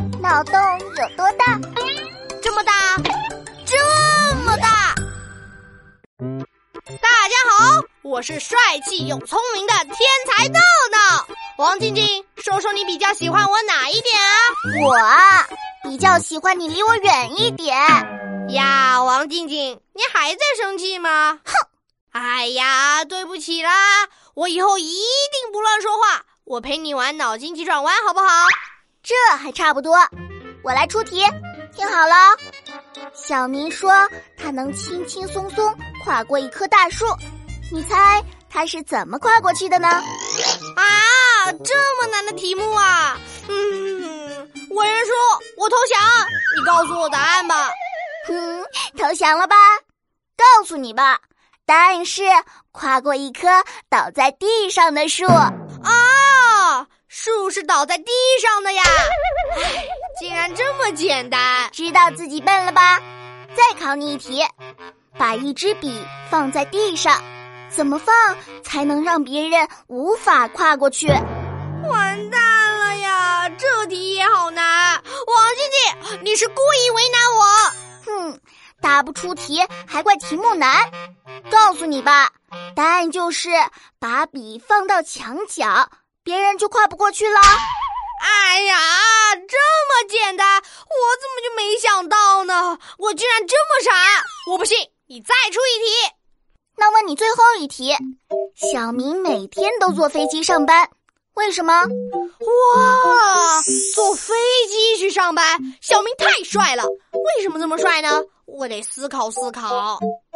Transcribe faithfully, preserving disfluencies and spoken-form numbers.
脑洞有多大？ 这么大，这么大！大家好，我是帅气又聪明的天才豆豆王静静。说说你比较喜欢我哪一点啊？ 我啊，比较喜欢你离我远一点。 呀，王静静，你还在生气吗？ 哼！ 哎呀，对不起啦，我以后一定不乱说话。我陪你玩脑筋急转弯好不好？ 这还差不多。我来出题，听好了。小明说他能轻轻松松跨过一棵大树，你猜他是怎么跨过去的呢？ 啊，这么难的题目啊！嗯，我认输，我投降。你告诉我答案吧。 嗯，投降了吧？告诉你吧，答案是跨过一棵倒在地上的树。 啊，树是倒在地上的呀！唉，竟然这么简单， 知道自己笨了吧？再考你一题，把一支笔放在地上，怎么放才能让别人无法跨过去？ 完蛋了呀，这题也好难。王静静，你是故意为难我。 哼，答不出题还怪题目难。告诉你吧，答案就是把笔放到墙角，别人就跨不过去了。 哎呀，这么简单，我怎么就没想到呢？我居然这么傻！我不信，你再出一题。 那问你最后一题，小明每天都坐飞机上班，为什么？ 哇，坐飞机去上班，小明太帅了。为什么这么帅呢？我得思考思考。